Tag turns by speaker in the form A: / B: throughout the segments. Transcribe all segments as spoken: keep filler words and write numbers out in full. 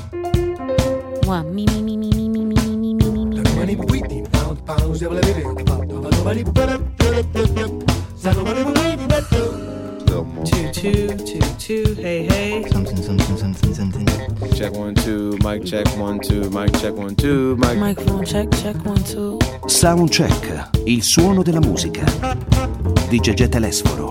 A: Mua, mi mi mi mi mi mi mi mi mi mi mi.
B: Choo choo, choo choo, hey hey.
C: Something, something, something, something.
D: Check one, two, mic check one, two, mic check one, two, mic.
A: Microphone check, check one, two.
E: Soundcheck, il suono della musica di Gegè Telesforo.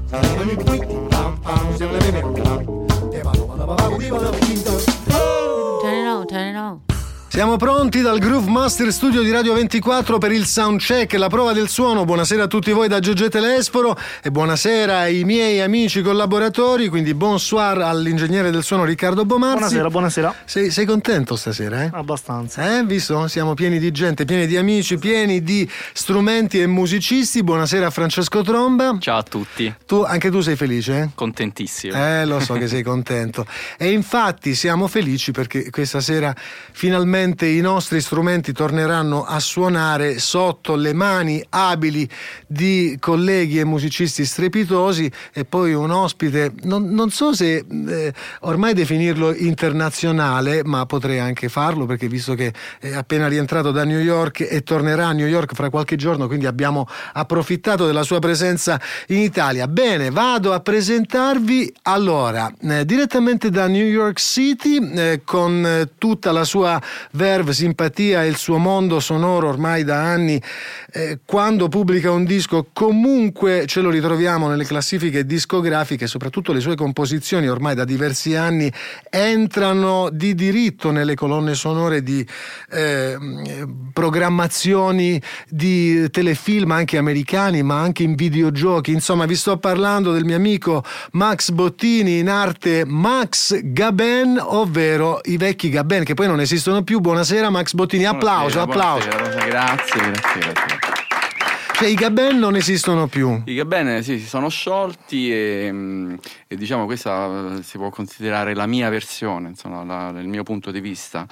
A: Turn it on, turn it on.
F: Siamo pronti dal Groove Master Studio di Radio ventiquattro per il soundcheck, la prova del suono. Buonasera a tutti voi da Gegè Telesforo e buonasera ai miei amici collaboratori, quindi bonsoir all'ingegnere del suono Riccardo Bomarzi.
B: Buonasera, buonasera.
F: Sei, sei contento stasera, eh?
B: Abbastanza.
F: Eh, visto? Siamo pieni di gente, pieni di amici, pieni di strumenti e musicisti. Buonasera a Francesco Tromba.
G: Ciao a tutti.
F: Tu, anche tu sei felice? Eh?
G: Contentissimo.
F: Eh, lo so che sei contento. E infatti siamo felici perché questa sera finalmente i nostri strumenti torneranno a suonare sotto le mani abili di colleghi e musicisti strepitosi e poi un ospite, non, non so se eh, ormai definirlo internazionale, ma potrei anche farlo perché visto che è appena rientrato da New York e tornerà a New York fra qualche giorno, quindi abbiamo approfittato della sua presenza in Italia. Bene, vado a presentarvi allora eh, direttamente da New York City eh, con eh, tutta la sua verve, simpatia e il suo mondo sonoro ormai da anni. Eh, quando pubblica un disco comunque ce lo ritroviamo nelle classifiche discografiche, soprattutto le sue composizioni ormai da diversi anni entrano di diritto nelle colonne sonore di eh, programmazioni di telefilm anche americani, ma anche in videogiochi. Insomma, vi sto parlando del mio amico Max Bottini, in arte Max Gaben, ovvero i vecchi Gaben che poi non esistono più. Buonasera Max Bottini, applauso,
G: Buonasera,
F: applauso.
G: buonasera, grazie, grazie, grazie.
F: Cioè i Gaben non esistono più.
G: I Gaben sì, si sono sciolti e, e diciamo questa si può considerare la mia versione, insomma, la, il mio punto di vista.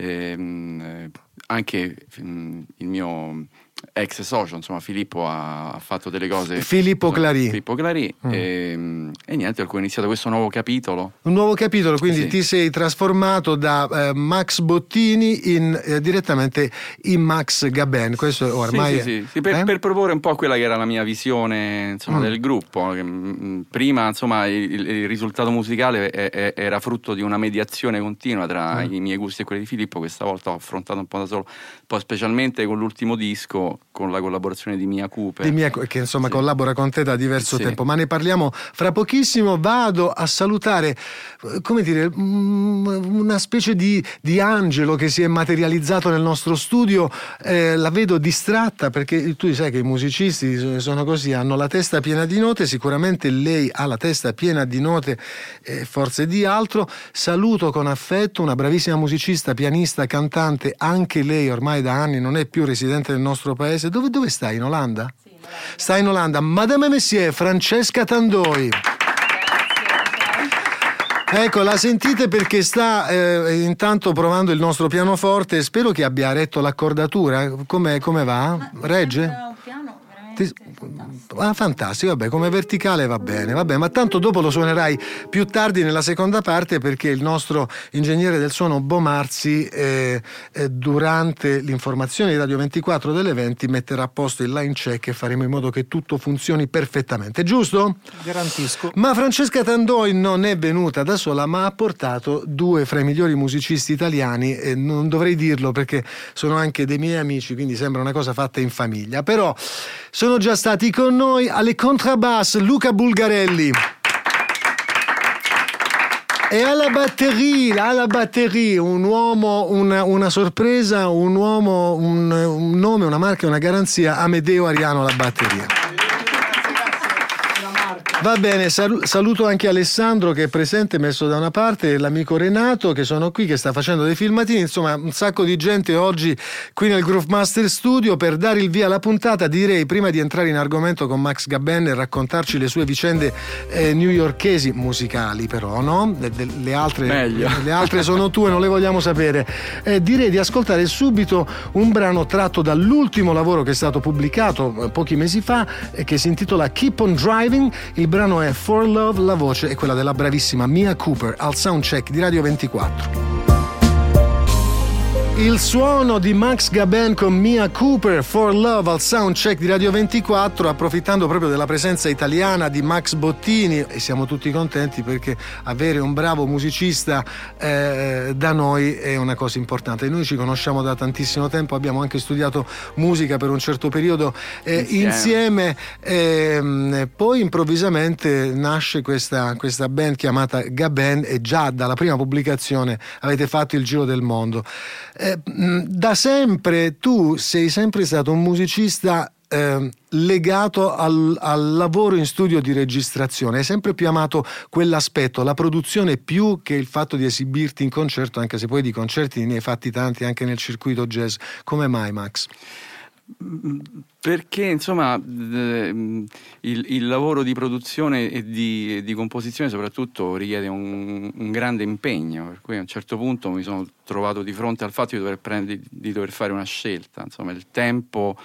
G: E, anche il mio ex socio, insomma, Filippo ha, ha fatto delle cose.
F: Filippo Clary.
G: Filippo Clary mm. e, e niente, per cui ho iniziato questo nuovo capitolo.
F: Un nuovo capitolo, quindi
G: sì.
F: Ti sei trasformato da eh, Max Bottini in, eh, direttamente in Max Gaben. Questo ormai
G: sì, sì, sì, sì. Per,
F: eh?
G: per proporre un po' quella che era la mia visione, insomma, mm. del gruppo. Che, mh, prima, insomma, il, il risultato musicale è, è, era frutto di una mediazione continua tra mm. i miei gusti e quelli di Filippo. Questa volta ho affrontato un po' da solo, poi specialmente con l'ultimo disco, con la collaborazione di Mia Cooper,
F: di Mia, che insomma sì. collabora con te da diverso
G: sì.
F: tempo, ma ne parliamo fra pochissimo. Vado a salutare, come dire, una specie di, di angelo che si è materializzato nel nostro studio. Eh, la vedo distratta perché tu sai che i musicisti sono così, hanno la testa piena di note. Sicuramente lei ha la testa piena di note e forse di altro. Saluto con affetto una bravissima musicista, pianista, cantante, anche lei ormai da anni non è più residente nel nostro paese. Dove, dove stai? In Olanda? Sì, in Olanda. Sta in Olanda. Madame Messier, Francesca Tandoi. Ecco, la sentite perché sta eh, intanto provando il nostro pianoforte. Spero che abbia retto l'accordatura. Come, come va? Regge?
A: Un piano veramente
F: Ti... Ah, fantastico, vabbè, come verticale va bene, vabbè, ma tanto dopo lo suonerai più tardi nella seconda parte perché il nostro ingegnere del suono Bomarzi eh, eh, durante l'informazione di Radio ventiquattro delle venti metterà a posto il line check e faremo in modo che tutto funzioni perfettamente, giusto?
B: Garantisco.
F: Ma Francesca Tandoi non è venuta da sola, ma ha portato due fra i migliori musicisti italiani e non dovrei dirlo perché sono anche dei miei amici, quindi sembra una cosa fatta in famiglia, però sono già stati con noi alle contrabass Luca Bulgarelli e alla batteria, alla batteria un uomo, una, una sorpresa, un uomo, un, un nome, una marca, una garanzia, Amedeo Ariano alla batteria. Va bene, sal- saluto anche Alessandro che è presente, messo da una parte, e l'amico Renato che sono qui, che sta facendo dei filmatini, insomma un sacco di gente oggi qui nel Groove Master Studio. Per dare il via alla puntata direi, prima di entrare in argomento con Max Gaben e raccontarci le sue vicende eh, newyorkesi, musicali però, no? Le, le, le altre
G: Meglio.
F: Le altre sono tue, non le vogliamo sapere. Eh, direi di ascoltare subito un brano tratto dall'ultimo lavoro che è stato pubblicato eh, pochi mesi fa e eh, che si intitola Keep on Driving. Il Il brano è For Love, la voce è quella della bravissima Mia Cooper al soundcheck di Radio ventiquattro. Il suono di Max Gaben con Mia Cooper, For Love, al soundcheck di Radio ventiquattro, approfittando proprio della presenza italiana di Max Bottini, e siamo tutti contenti perché avere un bravo musicista eh, da noi è una cosa importante. Noi ci conosciamo da tantissimo tempo, abbiamo anche studiato musica per un certo periodo eh, insieme, insieme eh, poi improvvisamente nasce questa, questa band chiamata Gaben e già dalla prima pubblicazione avete fatto il giro del mondo. Eh, da sempre tu sei sempre stato un musicista eh, legato al, al lavoro in studio di registrazione, hai sempre più amato quell'aspetto, la produzione, più che il fatto di esibirti in concerto, anche se poi di concerti ne hai fatti tanti anche nel circuito jazz. Come mai, Max?
G: Perché insomma il, il lavoro di produzione e di, di composizione soprattutto richiede un, un grande impegno, per cui a un certo punto mi sono trovato di fronte al fatto di dover, prendere, di dover fare una scelta, insomma il tempo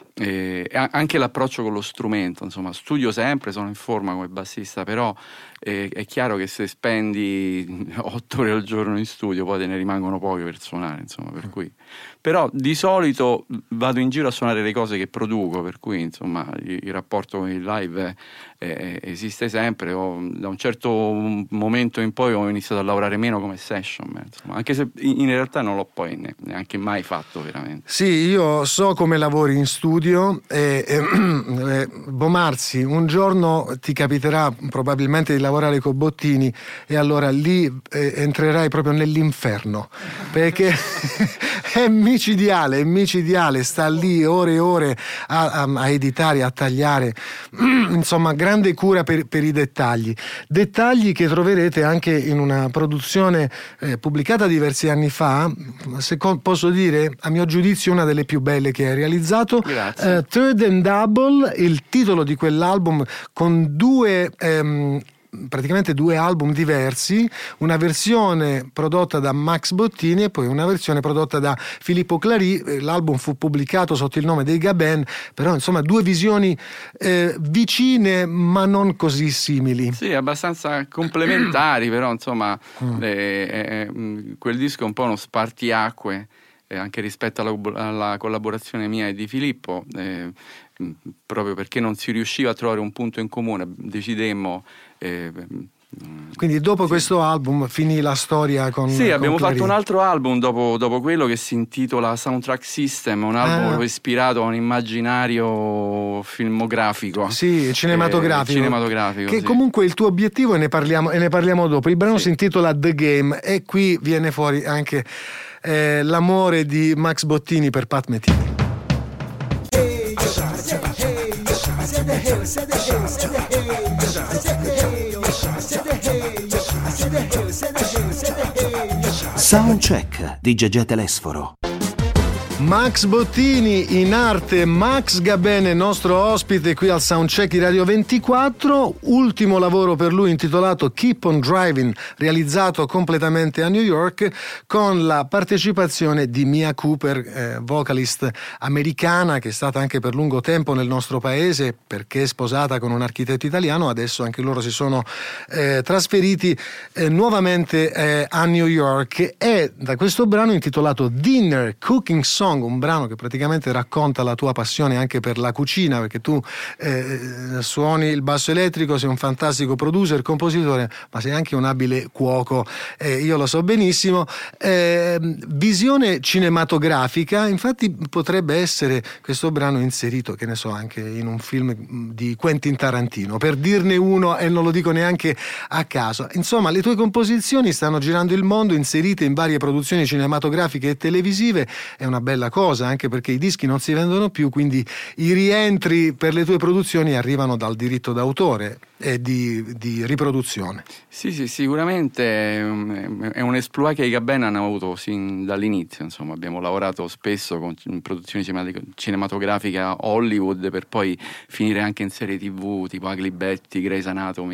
G: e eh, anche l'approccio con lo strumento, insomma studio sempre, sono in forma come bassista, però eh, è chiaro che se spendi otto ore al giorno in studio poi te ne rimangono poche per suonare, insomma, per cui però di solito vado in giro a suonare le cose che produco, per cui insomma il, il rapporto con il live è, è, esiste sempre. Ho, da un certo momento in poi ho iniziato a lavorare meno come session, insomma, anche se in, in realtà non l'ho poi ne, neanche mai fatto veramente.
F: Sì, io so come lavori in studio e, e eh, Bomarzi, un giorno ti capiterà probabilmente di lavorare con Bottini e allora lì eh, entrerai proprio nell'inferno, perché è micidiale, è micidiale, sta lì ore e ore a, a, a editare, a tagliare, insomma grande cura per, per i dettagli, dettagli che troverete anche in una produzione eh, pubblicata diversi anni fa, se co- posso dire a mio giudizio una delle più belle che hai realizzato.
G: Grazie.
F: uh, Third and Double, il titolo di quell'album, con due ehm, praticamente due album diversi, una versione prodotta da Max Bottini e poi una versione prodotta da Filippo Clary. L'album fu pubblicato sotto il nome dei Gaben, però insomma due visioni eh, vicine ma non così simili.
G: Sì, abbastanza complementari, però insomma mm. eh, eh, quel disco è un po' uno spartiacque eh, anche rispetto alla, alla collaborazione mia e di Filippo, eh, proprio perché non si riusciva a trovare un punto in comune, decidemmo eh,
F: quindi dopo sì. questo album finì la storia con
G: sì,
F: con
G: abbiamo
F: Clary.
G: fatto un altro album dopo, dopo quello che si intitola Soundtrack System, un album ah. ispirato a un immaginario filmografico,
F: sì, cinematografico,
G: eh, cinematografico
F: che
G: sì.
F: Comunque il tuo obiettivo, e ne parliamo, e ne parliamo dopo. Il brano
G: sì.
F: si intitola The Game e qui viene fuori anche eh, l'amore di Max Bottini per Pat Metheny.
E: Soundcheck di Gegè Telesforo.
F: Max Bottini, in arte Max Gaben, nostro ospite qui al Soundcheck di Radio ventiquattro. Ultimo lavoro per lui intitolato Keep on Driving, realizzato completamente a New York con la partecipazione di Mia Cooper, eh, vocalist americana che è stata anche per lungo tempo nel nostro paese perché è sposata con un architetto italiano. Adesso anche loro si sono eh, trasferiti eh, nuovamente eh, a New York, e da questo brano intitolato Dinner Cooking Song, un brano che praticamente racconta la tua passione anche per la cucina, perché tu eh, suoni il basso elettrico, sei un fantastico producer, compositore, ma sei anche un abile cuoco, eh, io lo so benissimo. Eh, visione cinematografica, infatti potrebbe essere questo brano inserito, che ne so, anche in un film di Quentin Tarantino, per dirne uno, e non lo dico neanche a caso. Insomma, le tue composizioni stanno girando il mondo, inserite in varie produzioni cinematografiche e televisive. È una bella cosa, anche perché i dischi non si vendono più, quindi i rientri per le tue produzioni arrivano dal diritto d'autore e di, di riproduzione.
G: Sì, sì, sicuramente è un exploit che i Gaben hanno avuto sin dall'inizio. Insomma, abbiamo lavorato spesso con produzioni cinematografiche a Hollywood per poi finire anche in serie tivù tipo Ugly Betty, Grey's Anatomy,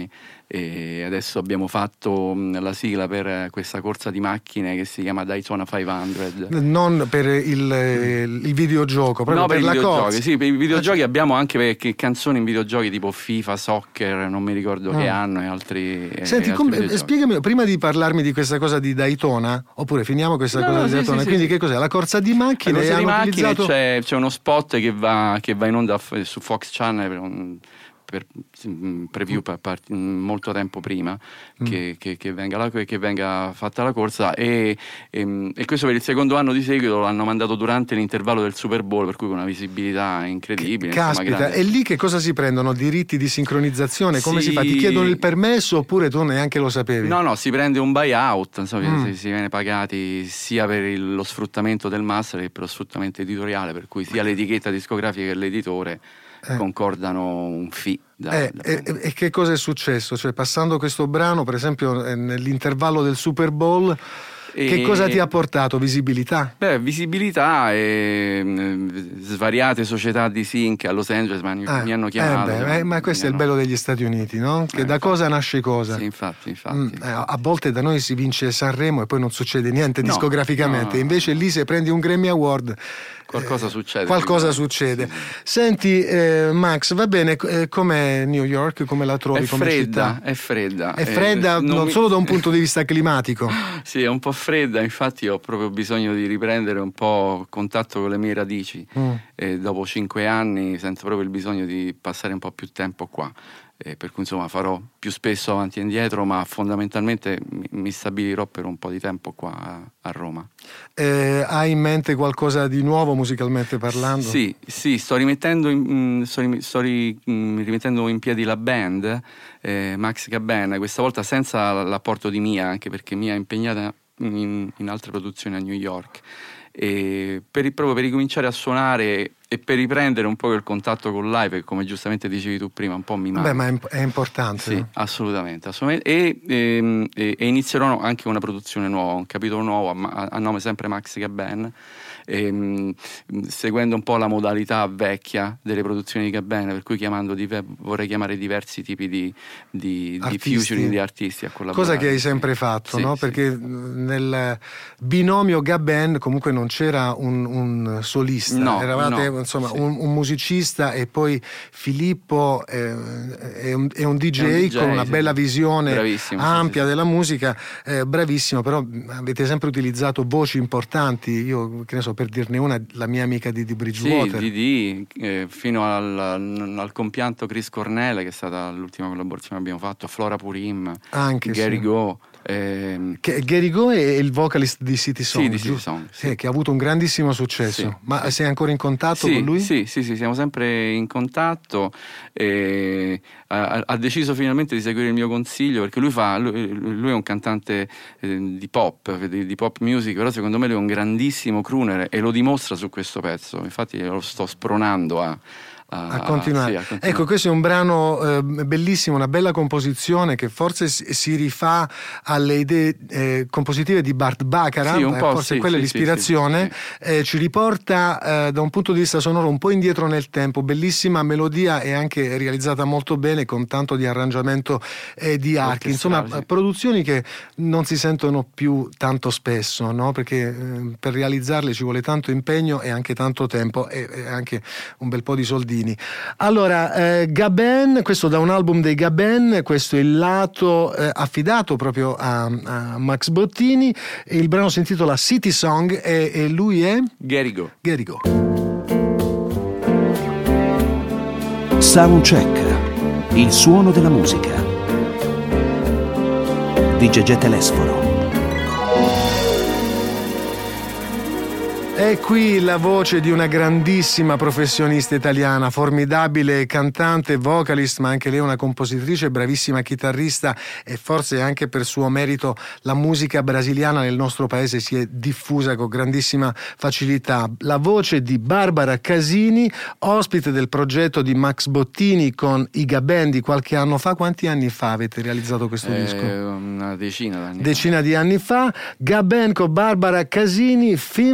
G: e adesso abbiamo fatto la sigla per questa corsa di macchine che si chiama Daytona cinquecento.
F: Non per il, il videogioco, proprio
G: no, per,
F: per
G: i
F: la
G: videogiochi,
F: corsa.
G: sì, per i videogiochi abbiamo anche perché canzoni in videogiochi tipo FIFA, Soccer, non mi ricordo mm. che anno e altri.
F: Senti,
G: e altri
F: come, spiegami, prima di parlarmi di questa cosa di Daytona, oppure finiamo questa
G: no,
F: cosa
G: no,
F: di
G: sì,
F: Daytona,
G: sì,
F: quindi
G: sì,
F: che cos'è? La corsa di macchine?
G: La corsa di macchine
F: utilizzato...
G: c'è, c'è uno spot che va, che va in onda su Fox Channel per un per preview per part, molto tempo prima mm. che, che, che, venga la, che venga fatta la corsa e, e, e questo per il secondo anno di seguito l'hanno mandato durante l'intervallo del Super Bowl, per cui con una visibilità incredibile.
F: Caspita, e lì che cosa si prendono? Diritti di sincronizzazione? Come sì. si fa? Ti chiedono il permesso oppure tu neanche lo sapevi?
G: No, no, si prende un buyout, insomma, mm. si, si viene pagati sia per il, lo sfruttamento del master che per lo sfruttamento editoriale, per cui sia l'etichetta discografica che l'editore Eh. concordano un fee da,
F: eh,
G: da
F: e, e che cosa è successo? Cioè, passando questo brano, per esempio, nell'intervallo del Super Bowl, e... che cosa ti ha portato? Visibilità?
G: Beh, visibilità e mh, svariate società di sync a Los Angeles mi, eh, mi hanno chiamato.
F: Eh beh, eh, ma questo è il bello degli Stati Uniti, no? Che eh, da infatti, cosa nasce cosa.
G: Sì, infatti, infatti,
F: mm,
G: infatti.
F: Eh, a volte da noi si vince Sanremo e poi non succede niente no, discograficamente,
G: no,
F: invece lì se prendi un Grammy Award
G: qualcosa succede.
F: Qualcosa succede. Sì, sì. Senti, eh, Max, va bene, eh, com'è New York? Come la trovi?
G: È
F: come
G: fredda,
F: città?
G: è fredda.
F: È fredda eh, non, non mi... solo da un punto di vista climatico.
G: Sì, è un po' fredda, infatti ho proprio bisogno di riprendere un po' contatto con le mie radici. Mm. E dopo cinque anni sento proprio il bisogno di passare un po' più tempo qua. Eh, per cui insomma farò più spesso avanti e indietro, ma fondamentalmente mi, mi stabilirò per un po' di tempo qua a, a Roma.
F: Eh, hai in mente qualcosa di nuovo musicalmente parlando?
G: Sì, sì, sto rimettendo in, sto, sto ri, rimettendo in piedi la band eh, Max Gaben, questa volta senza l'apporto di Mia, anche perché Mia è impegnata in, in altre produzioni a New York. E per, proprio per ricominciare a suonare e per riprendere un po' il contatto con live, che come giustamente dicevi tu prima un po' mi manca.
F: Beh, ma è, è importante.
G: Sì,
F: no? assolutamente,
G: assolutamente. E, e, e inizierò anche una produzione nuova, un capitolo nuovo a, a nome sempre Max Gaben, e, seguendo un po' la modalità vecchia delle produzioni di Gaben, per cui chiamando di, vorrei chiamare diversi tipi di, di, di featuring di artisti a collaborare.
F: Cosa che hai sempre fatto,
G: sì,
F: no?
G: Sì.
F: Perché nel binomio Gaben comunque non c'era un, un solista,
G: no,
F: eravate
G: no,
F: insomma
G: sì.
F: un, un musicista e poi Filippo eh, è, un, è un D J, è un D J con una
G: sì.
F: bella visione
G: bravissimo,
F: ampia
G: sì, sì,
F: della
G: sì.
F: musica, eh, bravissimo, però avete sempre utilizzato voci importanti. Io che ne so, per dirne una, la mia amica Didi Bridgewater.
G: Sì, Didi, eh, fino al, al compianto Chris Cornell, che è stata l'ultima collaborazione che abbiamo fatto, Flora Purim,
F: anche
G: Gary
F: sì.
G: Go. Eh,
F: che Gary Go è il vocalist di City Song,
G: sì, di City Song sì.
F: Sì, che ha avuto un grandissimo successo.
G: Sì,
F: ma
G: sì.
F: sei ancora in contatto
G: sì,
F: con lui?
G: Sì, sì, sì, siamo sempre in contatto. E ha, ha deciso finalmente di seguire il mio consiglio, perché lui fa lui, lui è un cantante eh, di pop, di, di pop music, però secondo me lui è un grandissimo crooner e lo dimostra su questo pezzo. Infatti lo sto spronando a A,
F: a, continuare.
G: Sì, a continuare.
F: Ecco, questo è un brano eh, bellissimo, una bella composizione che forse si, si rifà alle idee eh, compositive di Burt Bacharach,
G: sì, un po',
F: eh, forse
G: sì,
F: quella è
G: sì,
F: l'ispirazione,
G: sì, sì, sì.
F: Eh, ci riporta eh, da un punto di vista sonoro un po' indietro nel tempo, bellissima melodia e anche realizzata molto bene con tanto di arrangiamento e di archi, insomma sì. produzioni che non si sentono più tanto spesso, no? Perché eh, per realizzarle ci vuole tanto impegno e anche tanto tempo e, e anche un bel po' di soldini. Allora, eh, Gaben, questo da un album dei Gaben, questo è il lato eh, affidato proprio a, a Max Bottini, il brano si intitola City Song e, e lui è?
G: Gary Go.
F: Gary Go.
E: Soundcheck, il suono della musica di Gegè Telesforo.
F: È qui la voce di una grandissima professionista italiana, formidabile cantante, vocalist, ma anche lei una compositrice, bravissima chitarrista e forse anche per suo merito la musica brasiliana nel nostro paese si è diffusa con grandissima facilità. La voce di Barbara Casini, ospite del progetto di Max Bottini con i Gaben di qualche anno fa. Quanti anni fa avete realizzato questo
G: eh,
F: disco?
G: Una decina d'anni
F: Decina
G: fa.
F: di anni fa. Gaben con Barbara Casini, film di no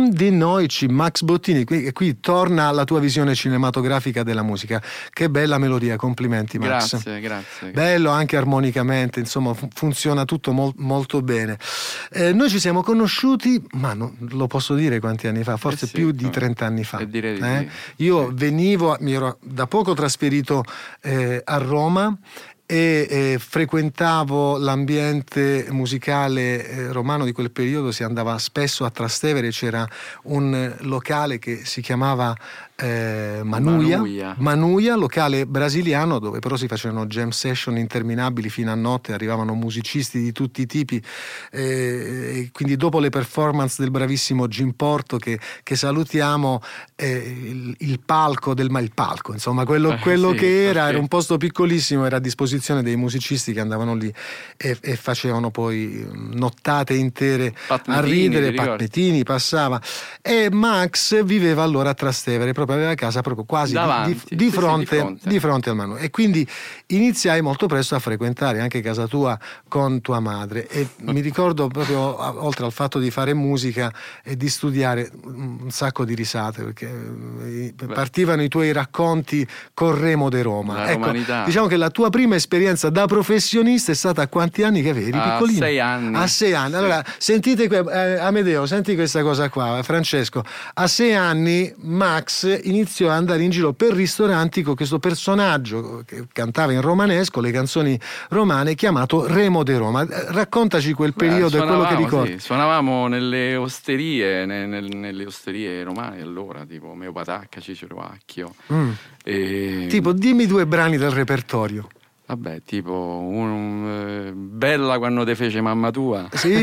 F: Noci, Max Bottini, qui, e qui torna la tua visione cinematografica della musica. Che bella melodia, complimenti Max.
G: Grazie, grazie.
F: Bello anche armonicamente, insomma fu- funziona tutto mol- molto bene. Eh, noi ci siamo conosciuti, ma no, lo posso dire quanti anni fa, forse
G: Eh sì,
F: più di
G: no.
F: trenta anni fa.
G: E direi di
F: eh?
G: sì.
F: Io
G: Sì.
F: venivo, mi ero da poco trasferito eh, a Roma e eh, frequentavo l'ambiente musicale eh, romano di quel periodo. Si andava spesso a Trastevere, c'era un locale che si chiamava eh, Manuia,
G: Manuia.
F: Manuia, locale brasiliano dove però si facevano jam session interminabili fino a notte, arrivavano musicisti di tutti i tipi, eh, e quindi dopo le performance del bravissimo Jim Porto che, che salutiamo, eh, il, il palco del ma il palco insomma quello,
G: Eh,
F: quello
G: sì,
F: che era
G: perché-
F: era un posto piccolissimo, era a disposizione dei musicisti che andavano lì e, e facevano poi nottate intere
G: Pat
F: a
G: Metini,
F: ridere.
G: ti ricordi?
F: Pat Metini passava e Max viveva allora a Trastevere, proprio aveva casa proprio quasi di-
G: Davanti,
F: di,
G: sì,
F: di
G: sì,
F: fronte,
G: di fronte.
F: di fronte al Manu, e quindi iniziai molto presto a frequentare anche casa tua con tua madre e mi ricordo proprio, a- oltre al fatto di fare musica e di studiare, un sacco di risate perché eh, partivano i tuoi racconti con Remo de Roma.
G: La
F: Ecco,
G: romanità.
F: diciamo che la tua prima esperienza da professionista è stata a quanti anni che avevi?
G: A
F: Piccolino?
G: sei anni.
F: A sei anni.
G: Sì.
F: Allora, sentite, que- eh, Amedeo, senti questa cosa qua, Francesco. A sei anni Max iniziò ad andare in giro per ristoranti con questo personaggio che cantava in romanesco le canzoni romane chiamato Remo de Roma. Eh, Raccontaci quel
G: Beh,
F: periodo e quello che
G: suonavamo,
F: ricordi.
G: sì, suonavamo nelle osterie, ne- nel- nelle osterie romane allora, tipo Meo Patacca, Cicero Acchio.
F: Mm.
G: E...
F: Tipo, dimmi due brani del repertorio.
G: Vabbè, tipo un, un, eh, Bella quando te fece mamma tua.
F: Sì?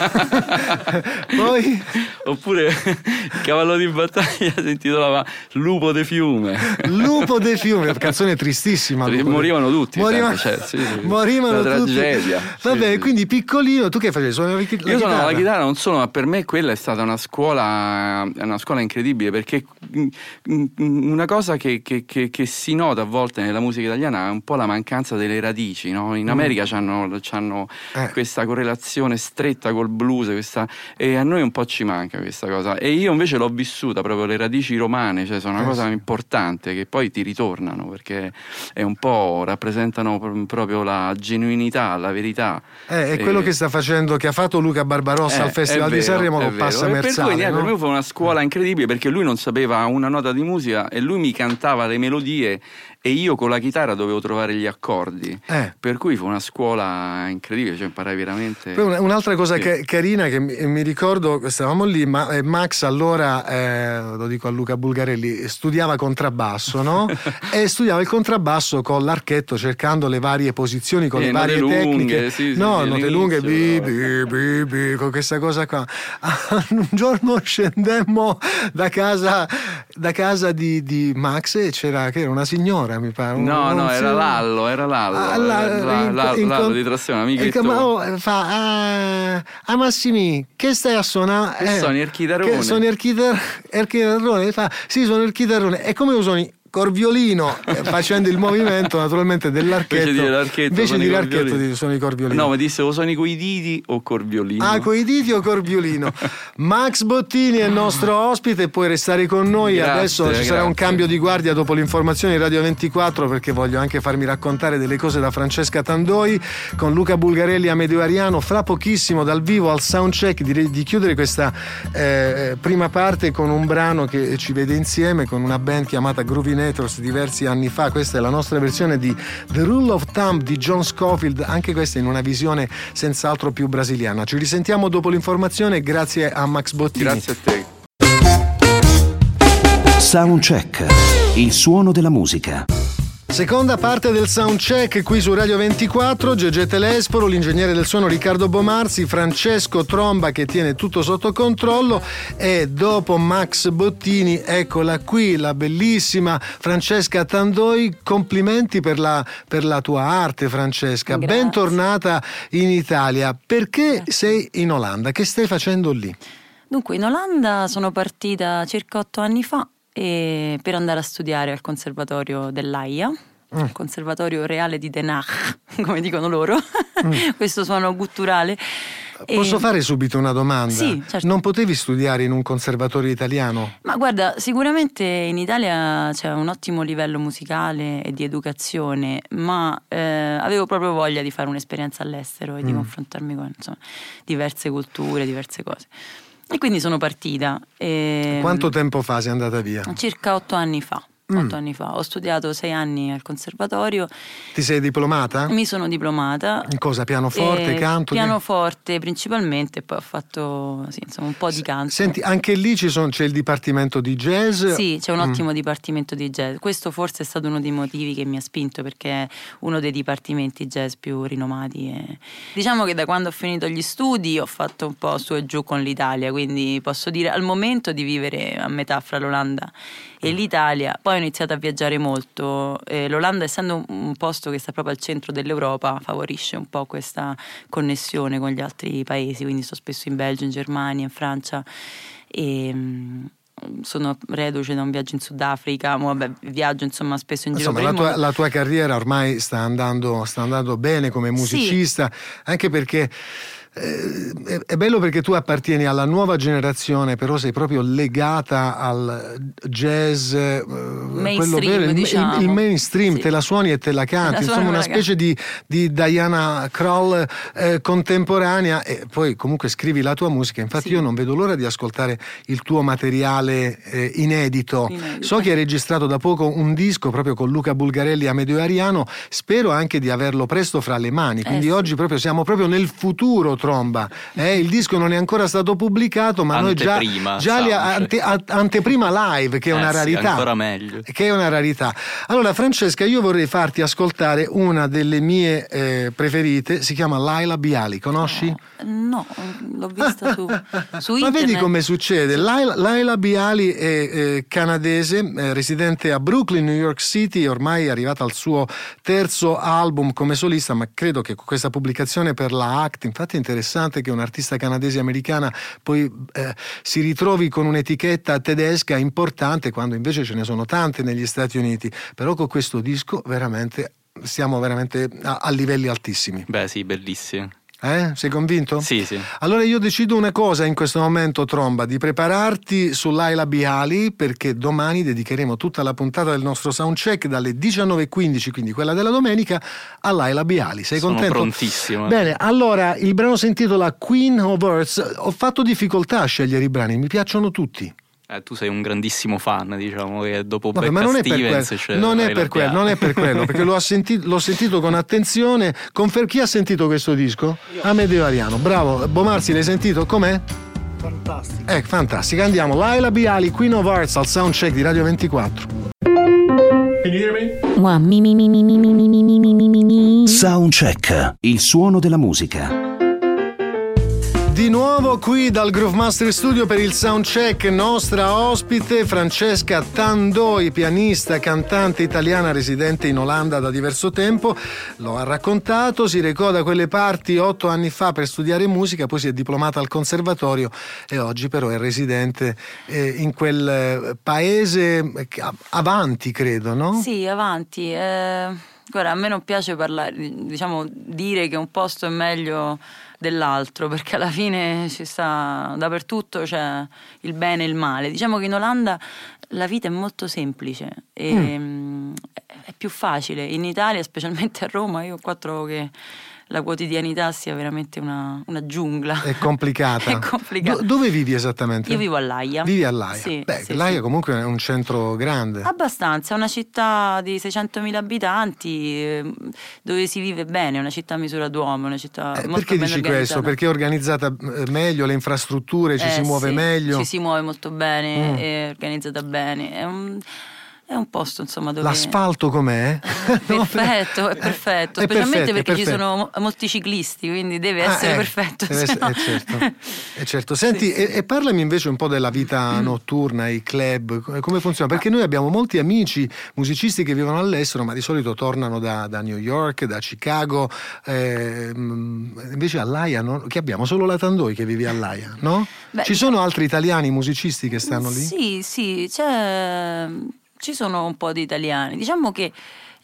F: Poi?
G: Oppure il cavallo di battaglia si intitolava Lupo de Fiume.
F: Lupo de Fiume, canzone tristissima. Lupo de-
G: Morivano tutti,
F: Morivano,
G: sempre, cioè, sì, sì.
F: morivano
G: Una
F: tutti.
G: tragedia.
F: Vabbè,
G: Sì, sì.
F: quindi piccolino, tu che facevi? Suonavi la
G: Io suonavo
F: chitarra?
G: la chitarra non solo, ma per me quella è stata una scuola, una scuola incredibile, perché mm, mm, una cosa che, che, che, che si nota a volte nella musica italiana è un po' la mancanza delle radici, no? In America c'hanno, c'hanno
F: Eh.
G: questa correlazione stretta col blues, questa, e a noi un po' ci manca questa cosa. E io invece l'ho vissuta, proprio le radici romane, cioè sono una
F: Eh,
G: cosa
F: sì.
G: importante che poi ti ritornano, perché è un po' rappresentano pr- proprio la genuinità, la verità.
F: Eh, è quello
G: Eh,
F: che sta facendo, che ha fatto Luca Barbarossa
G: eh,
F: al Festival
G: è
F: di
G: vero,
F: Sanremo
G: è
F: con
G: vero.
F: Passa
G: E per
F: Merzale,
G: cui, eh,
F: no?
G: per me fu una scuola incredibile, perché lui non sapeva una nota di musica e lui mi cantava le melodie e io con la chitarra dovevo trovare gli accordi.
F: Eh.
G: Per cui fu una scuola incredibile, cioè imparai veramente.
F: Poi una- un'altra cosa
G: Sì.
F: che- carina che mi, mi ricordo, stavamo lì, ma eh, Max allora, eh, lo dico a Luca Bulgarelli, studiava contrabbasso, no? E studiava il contrabbasso con l'archetto, cercando le varie posizioni, con
G: Eh,
F: le
G: note
F: varie
G: lunghe,
F: tecniche.
G: sì, sì,
F: no,
G: sì,
F: note lunghe, bi,
G: all'inizio,
F: bi, bi, bi, con questa cosa qua. Un giorno scendemmo da casa, da casa di, di Max e c'era, che era una signora, mi pare. un-
G: No, no,
F: un
G: era
F: signor-
G: Lallo, era Lallo,
F: Ah,
G: era
F: la-
G: la-
F: in-
G: la-
F: in-
G: Lallo di Trastevere, un
F: e
G: amichetto.
F: che- ma, oh, fa ah, ah, Massimi, che stai a suonare?
G: Che suoni il chitarrone?
F: Che suoni il chitar- il chitarrone? Fa, sì, suono il chitarrone. E come lo suoni? Col violino, eh, facendo il movimento naturalmente dell'archetto.
G: Invece di dire l'archetto,
F: invece
G: suoni
F: di
G: col
F: l'archetto
G: violino.
F: di- suoni il corviolino.
G: No, ma disse o suoni coi diti o col violino.
F: Ah, coi diti o col violino? Max Bottini è il nostro ospite, puoi restare con noi.
G: Grazie,
F: Adesso ci sarà un
G: grazie.
F: cambio di guardia dopo l'informazione di Radio ventiquattro, perché voglio anche farmi raccontare delle cose da Francesca Tandoi con Luca Bulgarelli e Amedeo Ariano. Fra pochissimo dal vivo al soundcheck, direi di chiudere questa eh, prima parte con un brano che ci vede insieme con una band chiamata Groovinators diversi anni fa. Questa è la nostra versione di The Rule of Thumb di John Scofield, anche questa in una visione senz'altro più brasiliana. Ci risentiamo dopo l'informazione, grazie a Max Bottini.
G: Grazie a te.
E: Soundcheck, il suono della musica.
F: Seconda parte del soundcheck qui su Radio ventiquattro, Gegè Telesporo, l'ingegnere del suono Riccardo Bomarzi, Francesco Tromba che tiene tutto sotto controllo e dopo Max Bottini eccola qui la bellissima Francesca Tandoi. Complimenti per la, per la tua arte, Francesca.
H: Grazie.
F: Bentornata in Italia. Perché sei in Olanda? Che stai facendo lì?
H: Dunque, in Olanda sono partita circa otto anni fa e per andare a studiare al conservatorio dell'Aia,
F: Mm.
H: il conservatorio reale di Den Haag, come dicono loro,
F: Mm.
H: questo suono gutturale.
F: Posso
H: E-
F: fare subito una domanda?
H: Sì, certo.
F: Non potevi studiare in un conservatorio italiano?
H: Ma guarda, sicuramente in Italia c'è un ottimo livello musicale e di educazione, ma eh, avevo proprio voglia di fare un'esperienza all'estero e di
F: Mm.
H: confrontarmi con insomma, diverse culture, diverse cose. E quindi sono partita. E,
F: Quanto tempo fa sei andata via?
H: Circa otto anni fa.
F: Mm.
H: Otto anni fa. Ho studiato sei anni al conservatorio,
F: Ti sei diplomata?
H: mi sono diplomata.
F: In cosa? Pianoforte,
H: Eh,
F: canto? che-
H: Pianoforte principalmente, poi ho fatto sì, insomma, un po' di canto.
F: Senti, anche lì ci sono- c'è il dipartimento di jazz.
H: Sì, c'è un
F: Mm.
H: ottimo dipartimento di jazz. Questo forse è stato uno dei motivi che mi ha spinto, perché è uno dei dipartimenti jazz più rinomati. E... Diciamo che da quando ho finito gli studi ho fatto un po' su e giù con l'Italia, quindi posso dire al momento di vivere a metà fra l'Olanda e l'Italia. Poi ho iniziato a viaggiare molto. E L'Olanda, essendo un- un posto che sta proprio al centro dell'Europa, favorisce un po' questa connessione con gli altri paesi, quindi sto spesso in Belgio, in Germania, in Francia e mm, sono reduce da un viaggio in Sudafrica. Mo, vabbè, viaggio insomma spesso in giro
F: Insomma,
H: per
F: la
H: il
F: tua,
H: mondo.
F: la tua carriera ormai sta andando, sta andando bene come musicista, anche perché eh, è, è bello perché tu appartieni alla nuova generazione, però sei proprio legata al jazz, eh, quello vero, il,
H: diciamo.
F: il- il mainstream,
H: Sì.
F: te la suoni e te la canti,
H: La
F: insomma
H: suono e
F: una
H: me la
F: specie di, di Diana Krall eh, contemporanea, e poi comunque scrivi la tua musica. Infatti
H: Sì.
F: io non vedo l'ora di ascoltare il tuo materiale eh, inedito.
H: Inedito.
F: So che hai registrato da poco un disco proprio con Luca Bulgarelli, Amedeo Ariano, spero anche di averlo presto fra le mani, quindi
H: Eh, sì.
F: oggi proprio siamo proprio nel futuro, Tromba. Eh, il disco non è ancora stato pubblicato, ma noi già,
B: Anteprima,
F: già li
B: soundcheck.
F: ante- a- anteprima live, che è
B: Eh
F: una
B: sì,
F: rarità.
B: ancora meglio.
F: Che è una rarità. Allora, Francesca, io vorrei farti ascoltare una delle mie eh, preferite, si chiama Laila Biali, conosci?
H: No, l'ho vista su, su
F: Ma
H: internet.
F: vedi come succede. Laila, Laila Biali è eh, canadese, eh, residente a Brooklyn, New York City, ormai è arrivata al suo terzo album come solista, ma credo che con questa pubblicazione per la A C T, infatti è interessante che un'artista canadese americana poi eh, si ritrovi con un'etichetta tedesca importante quando invece ce ne sono tante negli Stati Uniti, però con questo disco veramente siamo veramente a, a livelli altissimi.
B: Beh sì, bellissimo.
F: Eh? Sei convinto?
B: Sì, sì.
F: Allora io decido una cosa in questo momento, Tromba, di prepararti su Laila Biali, perché domani dedicheremo tutta la puntata del nostro soundcheck dalle diciannove e quindici, quindi quella della domenica, a Laila Biali. Sei
B: Sono
F: contento?
B: prontissimo.
F: Bene, allora il brano si intitola Queen of Hearts. Ho fatto difficoltà a scegliere i brani, mi piacciono tutti.
B: Eh, tu sei un grandissimo fan, diciamo, che dopo
F: Vabbè,
B: Becca
F: ma non è per
B: Stevens
F: quello,
B: c'è
F: non è
B: Laila
F: per quello,
B: Biali.
F: non è per quello, perché l'ho, senti- l'ho sentito con attenzione. Confer- chi ha sentito questo disco? Amedeo Ariano, bravo. Bomarsi, l'hai sentito? Com'è? Fantastico. Eh, fantastica. Andiamo. Laila Biali, Queen of Hearts al soundcheck di Radio ventiquattro.
A: One, me, me, me, me, me, me, me, me, me, me, me, me, me.
E: Soundcheck, il suono della musica.
F: Di nuovo qui dal Groove Master Studio per il soundcheck, nostra ospite Francesca Tandoi, pianista, cantante italiana residente in Olanda da diverso tempo. Lo ha raccontato, si recò da quelle parti otto anni fa per studiare musica, poi si è diplomata al conservatorio e oggi però è residente eh, in quel eh, paese eh, avanti, credo, no?
H: Sì, avanti. Eh, guarda, a me non piace parlare, diciamo, dire che un posto è meglio dell'altro, perché alla fine ci sta dappertutto, c'è il bene e il male. Diciamo che in Olanda la vita è molto semplice e mm. è più facile. In Italia, specialmente a Roma, io qua trovo che la quotidianità sia veramente una, una giungla.
F: È complicata.
H: È complicata.
F: Do- dove vivi esattamente?
H: Io vivo a Laia.
F: Vivi a Laia?
H: Sì,
F: Beh,
H: sì,
F: Laia
H: sì.
F: comunque è un centro grande.
H: Abbastanza, è una città di seicentomila abitanti eh, dove si vive bene, è una città a misura d'uomo, è una città
F: Eh,
H: molto
F: perché
H: ben
F: dici
H: organizzata.
F: questo? Perché è organizzata eh, meglio, le infrastrutture, ci
H: Eh,
F: si muove
H: sì,
F: meglio.
H: ci si muove molto bene,
F: Mm.
H: è organizzata bene, è un, è un posto insomma dove...
F: L'asfalto com'è?
H: Perfetto, è perfetto,
F: È
H: specialmente
F: perfetto, è
H: perché ci
F: perfetto.
H: sono mo- molti ciclisti, quindi deve
F: Ah,
H: essere
F: eh,
H: perfetto.
F: deve
H: se no-
F: essere- eh, certo, eh, certo. Senti, e, e parlami invece un po' della vita notturna, i club, co- come funziona? Perché noi abbiamo molti amici musicisti che vivono all'estero, ma di solito tornano da, da New York, da Chicago, eh, mh, invece a Laia, no? Che abbiamo solo la Tandoi che vive a Laia, no?
H: Beh,
F: Ci sono altri italiani musicisti che stanno lì?
H: Sì, sì, c'è, ci sono un po' di italiani. Diciamo che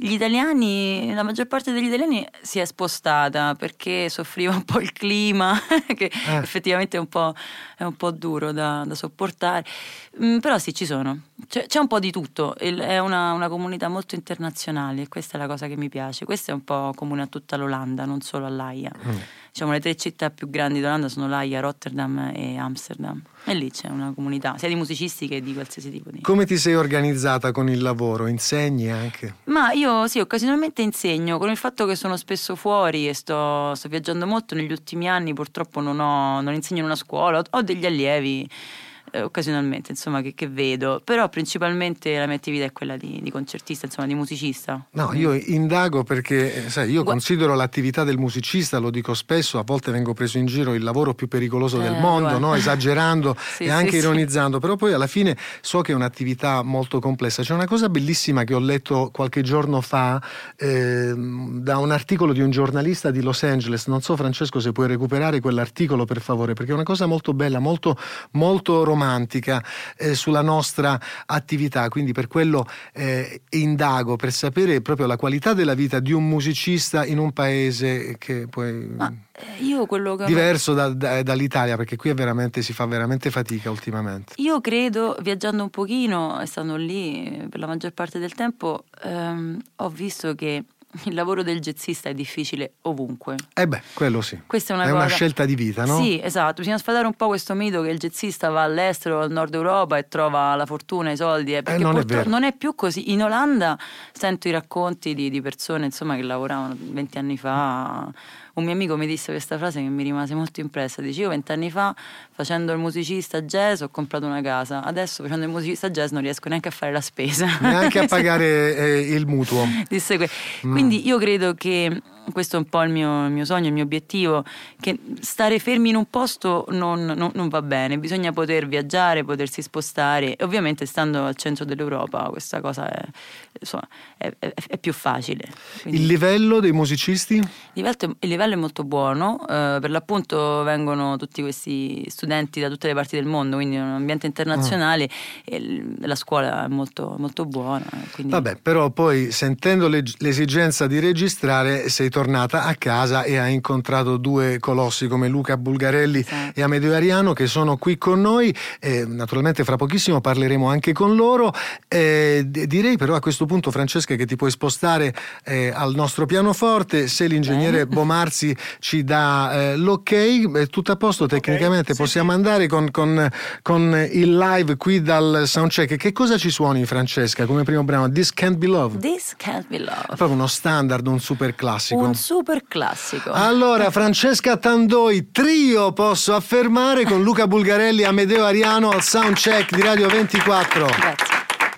H: Gli italiani, la maggior parte degli italiani si è spostata perché soffriva un po' il clima, che eh. effettivamente è un po', è un po' duro da, da sopportare. Mm, però sì, ci sono. C'è, c'è un po' di tutto. Il, è una, una comunità molto internazionale e questa è la cosa che mi piace. Questo è un po' comune a tutta l'Olanda, non solo all'Aia. Mm. Diciamo, le tre città più grandi d'Olanda sono l'Aia, Rotterdam e Amsterdam. E lì c'è una comunità, sia di musicisti che di qualsiasi tipo di...
F: Come ti sei organizzata con il lavoro? Insegni anche?
H: Ma io sì, occasionalmente insegno, con il fatto che sono spesso fuori e sto, sto viaggiando molto negli ultimi anni, purtroppo non, ho, non insegno in una scuola, ho, ho degli allievi eh, occasionalmente, insomma, che, che vedo, però principalmente la mia attività è quella di, di concertista, insomma, di musicista.
F: No, io indago perché, sai, io Gua- considero l'attività del musicista, lo dico spesso, a volte vengo preso in giro, il lavoro più pericoloso eh, del mondo, no? Esagerando sì, e anche sì, ironizzando, sì. Però poi alla fine so che è un'attività molto complessa. C'è una cosa bellissima che ho letto qualche giorno fa eh, da un articolo di un giornalista di Los Angeles, non so Francesco se puoi recuperare quell'articolo per favore, perché è una cosa molto bella, molto, molto romantica. romantica eh, sulla nostra attività, quindi per quello eh, indago per sapere proprio la qualità della vita di un musicista in un paese che poi
H: Ma io quello che
F: diverso da, da, dall'Italia, perché qui è veramente, si fa veramente fatica ultimamente.
H: Io credo, viaggiando un pochino e stando lì per la maggior parte del tempo, ehm, ho visto che il lavoro del jazzista è difficile ovunque.
F: Eh beh, quello sì.
H: Questa è una,
F: è
H: cosa...
F: una scelta di vita, no?
H: Sì, esatto. Bisogna sfatare un po' questo mito che il jazzista va all'estero, al nord Europa e trova la fortuna, i soldi. Eh, perché
F: eh, non, è
H: vero. non è più così. In Olanda sento i racconti di, di persone, insomma, che lavoravano venti anni fa. Un mio amico mi disse questa frase che mi rimase molto impressa. Dice: io vent'anni fa, facendo il musicista jazz, ho comprato una casa. Adesso, facendo il musicista jazz, non riesco neanche a fare la spesa.
F: Neanche a pagare eh, il mutuo.
H: Disse que- mm. Quindi io credo che questo è un po' il mio, il mio sogno, il mio obiettivo, che stare fermi in un posto non, non, non va bene. Bisogna poter viaggiare, potersi spostare. E ovviamente, stando al centro dell'Europa, questa cosa è, insomma, è, è, è più facile. Quindi,
F: il livello dei musicisti?
H: Il livello, il livello è molto buono, eh, per l'appunto vengono tutti questi studenti da tutte le parti del mondo, quindi è un ambiente internazionale mm. e la scuola è molto, molto buona. Quindi...
F: Vabbè, però poi sentendo le, l'esigenza di registrare sei tornata a casa e hai incontrato due colossi come Luca Bulgarelli esatto. e Amedeo Ariano, che sono qui con noi, eh, naturalmente fra pochissimo parleremo anche con loro. Eh, direi però a questo punto, Francesca, che ti puoi spostare eh, al nostro pianoforte, se l'ingegnere Bene. Bomarzi ci dà eh, l'ok, è tutto a posto tecnicamente, okay, possiamo sì, andare con, con, con il live qui dal soundcheck. Che cosa ci suoni, Francesca, come primo brano? This Can't Be Love?
H: This Can't Be Love. È
F: proprio uno standard, un super classico.
H: Un super classico.
F: Allora, Francesca Tandoi, trio posso affermare, con Luca Bulgarelli e Amedeo Ariano al soundcheck di Radio ventiquattro.
H: Grazie.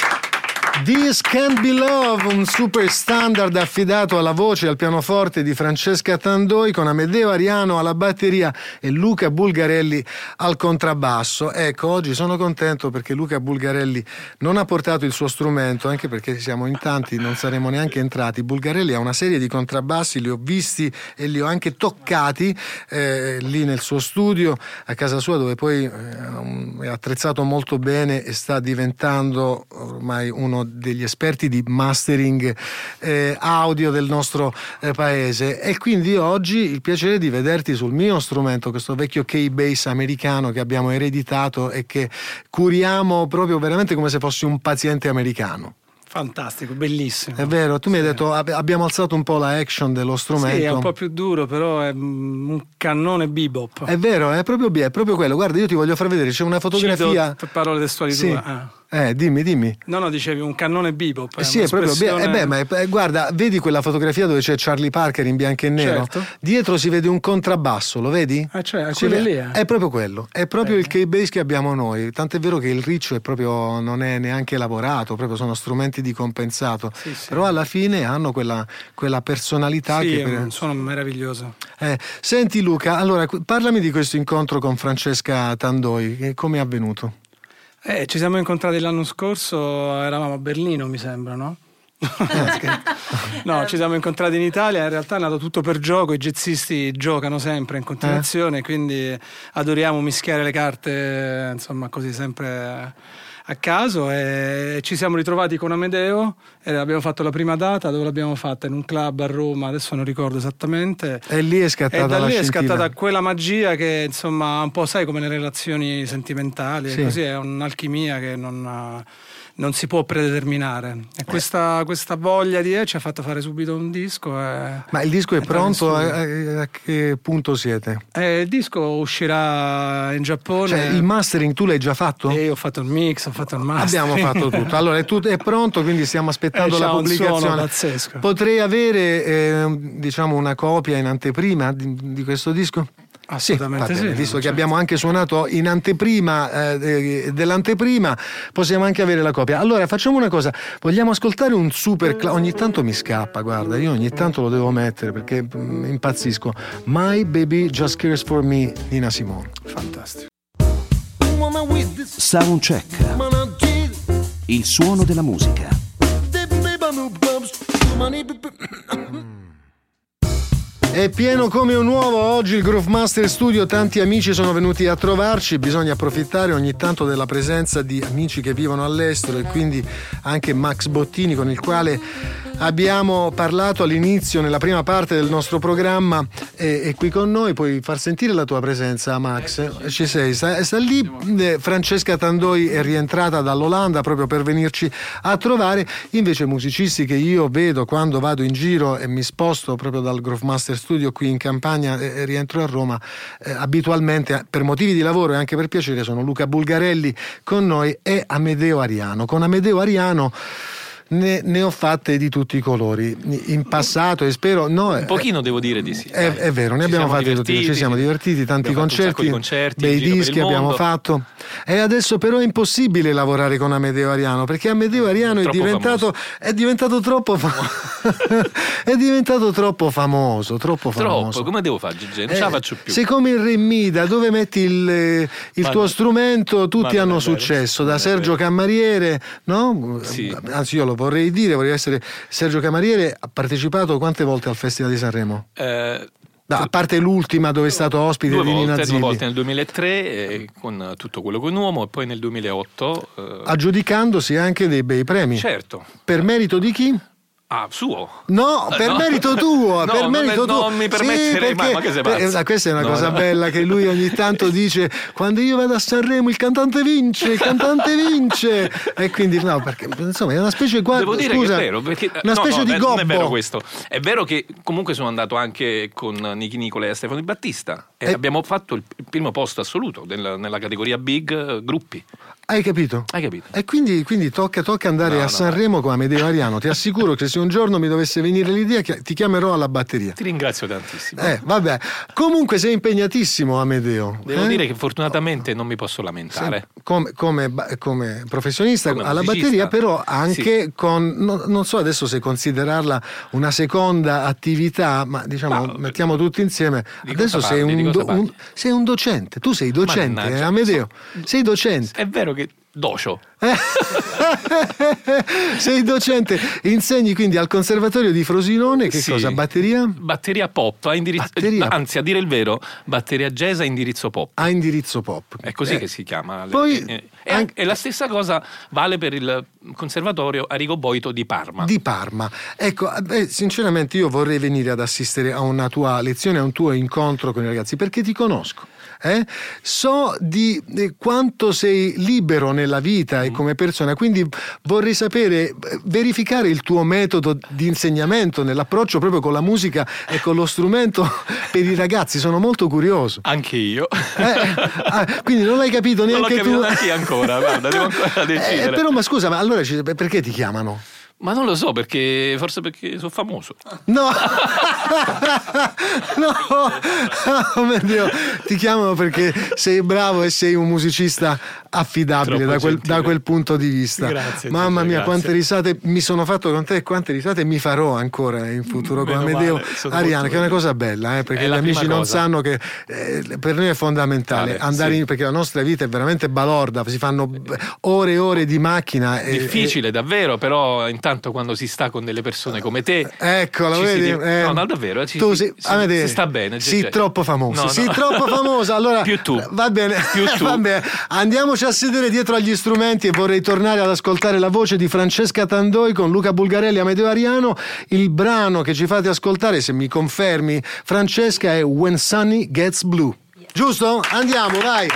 F: This Can't Be Love, un super standard affidato alla voce e al pianoforte di Francesca Tandoi, con Amedeo Ariano alla batteria e Luca Bulgarelli al contrabbasso. Ecco, oggi sono contento perché Luca Bulgarelli non ha portato il suo strumento, anche perché siamo in tanti, non saremo neanche entrati. Bulgarelli ha una serie di contrabbassi, li ho visti e li ho anche toccati eh, lì nel suo studio a casa sua, dove poi eh, è attrezzato molto bene e sta diventando ormai uno degli esperti di mastering eh, audio del nostro eh, paese. E quindi oggi il piacere di vederti sul mio strumento, questo vecchio K-Bass americano che abbiamo ereditato e che curiamo proprio veramente come se fossi un paziente americano.
I: Fantastico, bellissimo.
F: È vero, tu sì. mi hai detto abbiamo alzato un po' la action dello strumento.
I: Sì, è un po' più duro, però è un cannone bebop.
F: È vero, è proprio, è proprio quello. Guarda, io ti voglio far vedere, c'è una fotografia.
I: Cito parole testuali
F: sì.
I: tue. Ah.
F: Eh, dimmi, dimmi.
I: No, no, dicevi un cannone bebop.
F: Eh sì, è proprio. Eh beh, ma è, guarda, vedi quella fotografia dove c'è Charlie Parker in bianco e nero?
I: Certo.
F: Dietro si vede un contrabbasso, lo vedi?
I: Ah, cioè, quello lì è.
F: È proprio quello. È proprio Bene. il K-Bass che abbiamo noi. Tant'è vero che il riccio è proprio, non è neanche lavorato, proprio sono strumenti di compensato.
I: Sì, sì.
F: Però alla fine hanno quella, quella personalità
I: sì,
F: che.
I: È un suono meraviglioso.
F: Eh, senti, Luca, allora parlami di questo incontro con Francesca Tandoi. Come è avvenuto?
I: Eh, ci siamo incontrati l'anno scorso, eravamo a Berlino, mi sembra, no? No, ci siamo incontrati in Italia, in realtà è nato tutto per gioco, i jazzisti giocano sempre in continuazione, eh? Quindi adoriamo mischiare le carte, insomma, così sempre a caso e ci siamo ritrovati con Amedeo e abbiamo fatto la prima data. Dove l'abbiamo fatta? In un club a Roma, adesso non ricordo esattamente,
F: e lì è scattata
I: e da
F: la
I: lì è
F: scintilla.
I: scattata quella magia che insomma un po' sai come le relazioni sentimentali,
F: Sì.
I: e così è un'alchimia che non, non si può predeterminare e questa, questa voglia di eh, ci ha fatto fare subito un disco e,
F: Ma il disco è pronto? A,
I: nessuno.
F: a- a che punto siete?
I: e il disco uscirà in Giappone.
F: Cioè, il mastering tu l'hai già fatto?
I: E io ho fatto il mix, ho fatto il mastering.
F: Abbiamo fatto tutto. Allora è, tutto, è pronto, quindi stiamo aspettando
I: Eh,
F: la
I: c'ha un suono
F: pubblicazione.
I: pazzesco.
F: Potrei avere eh, diciamo una copia in anteprima di, di questo disco?
I: Assolutamente
F: sì, va bene,
I: sì,
F: visto che
I: certo.
F: abbiamo anche suonato in anteprima eh, de- dell'anteprima, possiamo anche avere la copia. Allora facciamo una cosa, vogliamo ascoltare un super cla- ogni tanto mi scappa, guarda, io ogni tanto lo devo mettere perché mm, impazzisco. My Baby Just Cares For Me, Nina Simone.
I: Fantastico.
E: Soundcheck. Il suono della musica.
F: È pieno come un uovo oggi il Groove Master Studio, tanti amici sono venuti a trovarci, bisogna approfittare ogni tanto della presenza di amici che vivono all'estero e quindi anche Max Bottini, con il quale abbiamo parlato all'inizio nella prima parte del nostro programma, è, è qui con noi. Puoi far sentire la tua presenza, Max? Ci sei? Sta, sta lì. Eh, Francesca Tandoi è rientrata dall'Olanda proprio per venirci a trovare. Invece musicisti che io vedo quando vado in giro e mi sposto proprio dal Groove Master Studio qui in Campania e, e rientro a Roma, eh, abitualmente per motivi di lavoro e anche per piacere sono Luca Bulgarelli con noi e Amedeo Ariano. Con Amedeo Ariano Ne, ne ho fatte di tutti i colori in passato e spero no,
J: un pochino devo dire di sì.
F: È, è vero, ne
J: ci
F: abbiamo fatti tutti, ci siamo divertiti, tanti concerti,
J: concerti,
F: bei dischi abbiamo fatto e adesso però è impossibile lavorare con Amedeo Ariano perché Amedeo Ariano è diventato, è diventato troppo famoso è diventato troppo famoso troppo famoso.
J: Troppo, come devo fare Gigi? Non
F: eh,
J: ce la faccio più.
F: Sei come il Re Mida, dove metti il, il tuo strumento tutti hanno successo, da Sergio Camariere, no?
J: Sì.
F: Anzi io lo vorrei dire, vorrei essere Sergio Camariere. Ha partecipato quante volte al Festival di Sanremo?
J: Eh,
F: no, a parte l'ultima dove è stato ospite
J: due
F: di Nina
J: volte,
F: Zilli.
J: due volte nel duemilatré eh, con Tutto quello che è un uomo e poi nel duemilaotto eh...
F: aggiudicandosi anche dei bei premi.
J: Certo.
F: Per merito di chi?
J: Ah, suo?
F: No, per
J: no.
F: merito tuo,
J: no,
F: per merito
J: non, è,
F: tuo.
J: non mi permetterei
F: sì,
J: mai, ma che sei pazzo?
F: Per, questa è una
J: no,
F: cosa
J: no.
F: bella che lui ogni tanto dice: quando io vado a Sanremo il cantante vince, il cantante vince. E quindi no, perché insomma è una specie qua,
J: devo dire
F: scusa,
J: che è vero, perché
F: una
J: no,
F: specie
J: no,
F: di
J: non
F: gobbo.
J: è vero questo. È vero che comunque sono andato anche con Nichi Nicola e Stefano Di Battista e
F: Eh.
J: abbiamo fatto il primo posto assoluto nella, nella categoria Big eh, gruppi.
F: Hai capito?
J: Hai capito?
F: E quindi, quindi tocca, tocca andare
J: No,
F: a
J: no,
F: Sanremo con Amedeo Ariano. Ti assicuro che se un giorno mi dovesse venire l'idea ti chiamerò alla batteria.
J: Ti ringrazio tantissimo.
F: Eh, vabbè. Comunque sei impegnatissimo, Amedeo.
J: Devo
F: eh?
J: dire che fortunatamente non mi posso lamentare.
F: Sì, come, come, come professionista
J: Come
F: alla
J: musicista.
F: batteria, però anche
J: Sì.
F: con, no, non so adesso se considerarla una seconda attività, ma diciamo,
J: Ma,
F: mettiamo tutti insieme.
J: di
F: Adesso
J: cosa
F: sei
J: parli? Di
F: un,
J: cosa
F: do- un-
J: parli?
F: sei un docente, tu sei docente,
J: Mannaggia.
F: eh, Amedeo, sei docente.
J: È vero che docio.
F: Sei docente, insegni quindi al Conservatorio di Frosinone, che
J: Sì.
F: cosa? Batteria?
J: Batteria pop, a indirizzo,
F: Batteria.
J: anzi a dire il vero, batteria jazz a indirizzo pop.
F: A indirizzo pop.
J: È così
F: Eh,
J: che si chiama.
F: poi
J: e, e,
F: anche-
J: e la stessa cosa vale per il Conservatorio Arrigo Boito di Parma.
F: Di Parma. Ecco, eh, sinceramente io vorrei venire ad assistere a una tua lezione, a un tuo incontro con i ragazzi, perché ti conosco. Eh? So di eh, quanto sei libero nella vita e come persona, quindi vorrei sapere, eh, verificare il tuo metodo di insegnamento nell'approccio proprio con la musica e con lo strumento per i ragazzi. Sono molto curioso.
J: Anche io.
F: Eh, ah, quindi non l'hai capito
J: Non l'ho
F: neanche
J: capito
F: tu.
J: neanche io ancora, guarda, devo ancora decidere.
F: Eh, però ma scusa, ma allora ci- perché ti chiamano?
J: Ma non lo so, perché forse perché sono famoso.
F: No, no, oh mio Dio, ti chiamano perché sei bravo e sei un musicista affidabile
J: Troppo
F: da quel,
J: gentile.
F: da quel punto di vista.
J: Grazie,
F: Mamma
J: Giuseppe,
F: mia,
J: grazie.
F: quante risate mi sono fatto con te e quante risate mi farò ancora in futuro con
J: Meno
F: Amedeo
J: male, sono
F: Ariano,
J: molto
F: che è una
J: felice.
F: cosa bella, eh, perché
J: È
F: gli
J: la
F: amici
J: prima
F: non
J: cosa.
F: sanno che eh, per noi è fondamentale
J: Vale,
F: andare
J: sì.
F: in, perché la nostra vita è veramente balorda, si fanno ore e ore di macchina. e-
J: Difficile, davvero, però intanto soltanto quando si sta con delle persone come te.
F: Eccola,
J: ci si
F: vedi?
J: div-
F: Eh,
J: no, no, davvero. eh, Ci,
F: tu
J: si,
F: sei,
J: si,
F: ah,
J: si sta bene.
F: Sì,
J: cioè-
F: troppo famoso.
J: No,
F: sì,
J: no.
F: troppo famoso. Allora,
J: Più tu.
F: Va bene,
J: Più tu.
F: va bene. Andiamoci a sedere dietro agli strumenti e vorrei tornare ad ascoltare la voce di Francesca Tandoi con Luca Bulgarelli e Amedeo Ariano. Il brano che ci fate ascoltare, se mi confermi, Francesca, è When Sunny Gets Blue. Giusto? Andiamo, vai.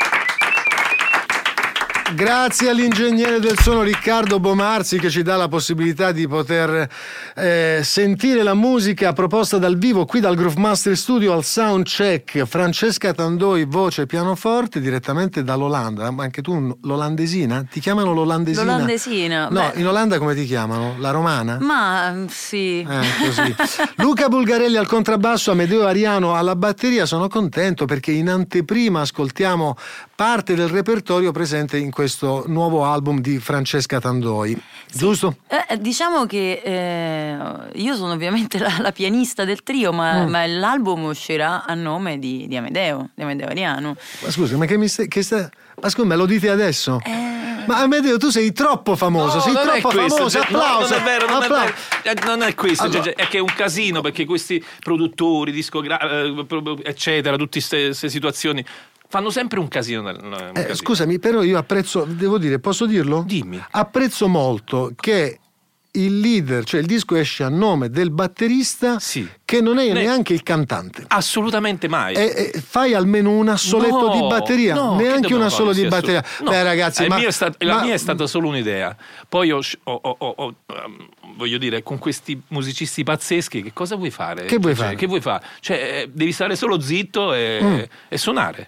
F: Grazie all'ingegnere del suono Riccardo Bomarzi che ci dà la possibilità di poter eh, sentire la musica proposta dal vivo qui dal Groove Master Studio al Soundcheck. Francesca Tandoi, voce e pianoforte, direttamente dall'Olanda. Ma anche tu l'olandesina? Ti chiamano l'olandesina?
H: L'olandesina?
F: No,
H: beh.
F: in Olanda come ti chiamano? La romana?
H: Ma sì.
F: Eh, così. Luca Bulgarelli al contrabbasso, Amedeo Ariano alla batteria. Sono contento perché in anteprima ascoltiamo parte del repertorio presente in questo nuovo album di Francesca Tandoi,
H: sì.
F: giusto?
H: Eh, diciamo che eh, io sono ovviamente la, la pianista del trio, ma,
F: Mm.
H: ma l'album uscirà a nome di, di Amedeo, di Amedeo Ariano.
F: Ma scusa, ma che mi stai, che sta, ma scusa, me lo dite adesso?
H: Eh...
F: Ma Amedeo, tu sei troppo famoso,
J: No,
F: sei
J: non
F: troppo
J: è questo,
F: famoso,
J: cioè,
F: applauso.
J: no, non è vero, non
F: applauso.
J: è vero. Eh, non è questo,
F: Allora-
J: cioè, è che è un casino perché questi produttori, discografici, eccetera, tutte queste situazioni fanno sempre un casino. nel- un
F: Eh,
J: casino.
F: scusami, però io apprezzo, devo dire, posso dirlo?
J: Dimmi.
F: Apprezzo molto che il leader, cioè il disco esce a nome del batterista
J: Sì.
F: che non è
J: Ne-
F: neanche il cantante.
J: Assolutamente mai.
F: E, e fai almeno un assoletto
J: No,
F: di batteria,
J: no, che
F: neanche
J: dobbiamo
F: un assolo
J: fare?
F: di
J: Sì,
F: batteria.
J: assolut- no.
F: Beh, ragazzi,
J: Eh,
F: ma,
J: il mio è stat- la
F: ma-
J: mia è stata solo un'idea. Poi ho, ho- ho- ho- ho- ehm, voglio dire, con questi musicisti pazzeschi, che cosa vuoi fare?
F: Che vuoi
J: Cioè,
F: fare?
J: Che vuoi fare? Cioè, eh, devi stare solo zitto e,
F: Mm.
J: e suonare.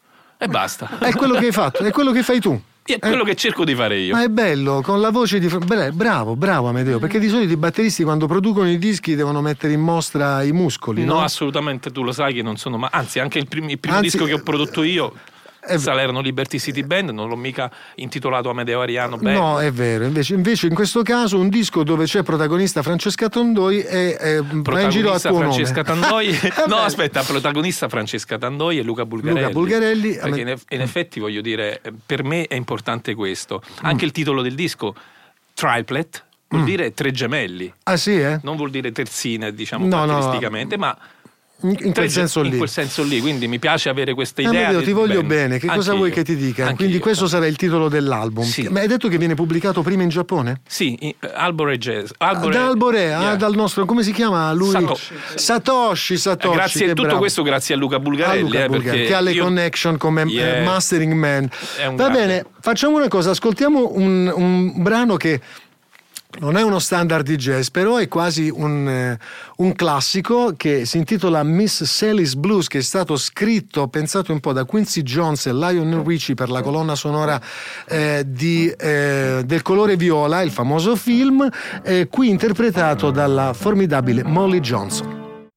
J: E basta.
F: è quello che hai fatto, è quello che fai tu.
J: È quello che cerco di fare io.
F: Ma è bello, con la voce di... Beh, bravo, bravo Amedeo, perché di solito i batteristi quando producono i dischi devono mettere in mostra i muscoli, no?
J: No, assolutamente, tu lo sai che non sono ma anzi anche il, prim- il primo
F: Anzi,
J: disco che ho prodotto io,
F: è-
J: Salerno Liberty City Band, non l'ho mica intitolato Amedeo Ariano Band.
F: No, è vero, invece, invece in questo caso un disco dove c'è protagonista Francesca Tandoi e eh, va in giro a
J: Protagonista
F: tuo
J: Francesca
F: nome.
J: Tandoi. No,
F: Vabbè.
J: aspetta, protagonista Francesca Tandoi e Luca Bulgarelli.
F: Luca Bulgarelli,
J: Perché
F: Ame-
J: in, eff- in effetti voglio dire, eh, per me è importante questo. Anche il titolo del disco, Triplet, vuol dire tre gemelli.
F: Ah sì, eh?
J: Non vuol dire terzine, diciamo,
F: No, no,
J: caratteristicamente, ma
F: In, in
J: tre
F: quel
J: ge-
F: senso
J: in
F: lì.
J: quel senso lì. Quindi mi piace avere questa idea.
F: Amedeo,
J: di-
F: ti voglio
J: bene.
F: bene, che cosa
J: Anche
F: vuoi
J: io.
F: che ti dica?
J: Anche
F: Quindi
J: io.
F: questo sarà il titolo dell'album.
J: Sì.
F: Ma hai detto che viene pubblicato prima in Giappone?
J: Sì, in- Albore Jazz. Albore,
F: Da Albore, ah,
J: Yeah.
F: dal nostro, come si chiama lui?
J: Satoshi.
F: Satoshi, Satoshi.
J: Grazie
F: che
J: a tutto
F: bravo.
J: questo, grazie a Luca Bulgarelli,
F: Ah, Luca
J: eh,
F: Bulgarelli,
J: perché
F: che ha le
J: io-
F: connection come eh,
J: Yeah.
F: mastering man.
J: È un
F: Va
J: grande.
F: bene, facciamo una cosa, ascoltiamo un, un brano che non è uno standard di jazz, però è quasi un, eh, un classico che si intitola Miss Sally's Blues, che è stato scritto, pensato un po' da Quincy Jones e Lionel Richie per la colonna sonora eh, di, eh, del colore viola, il famoso film, eh, qui interpretato dalla formidabile Molly Johnson.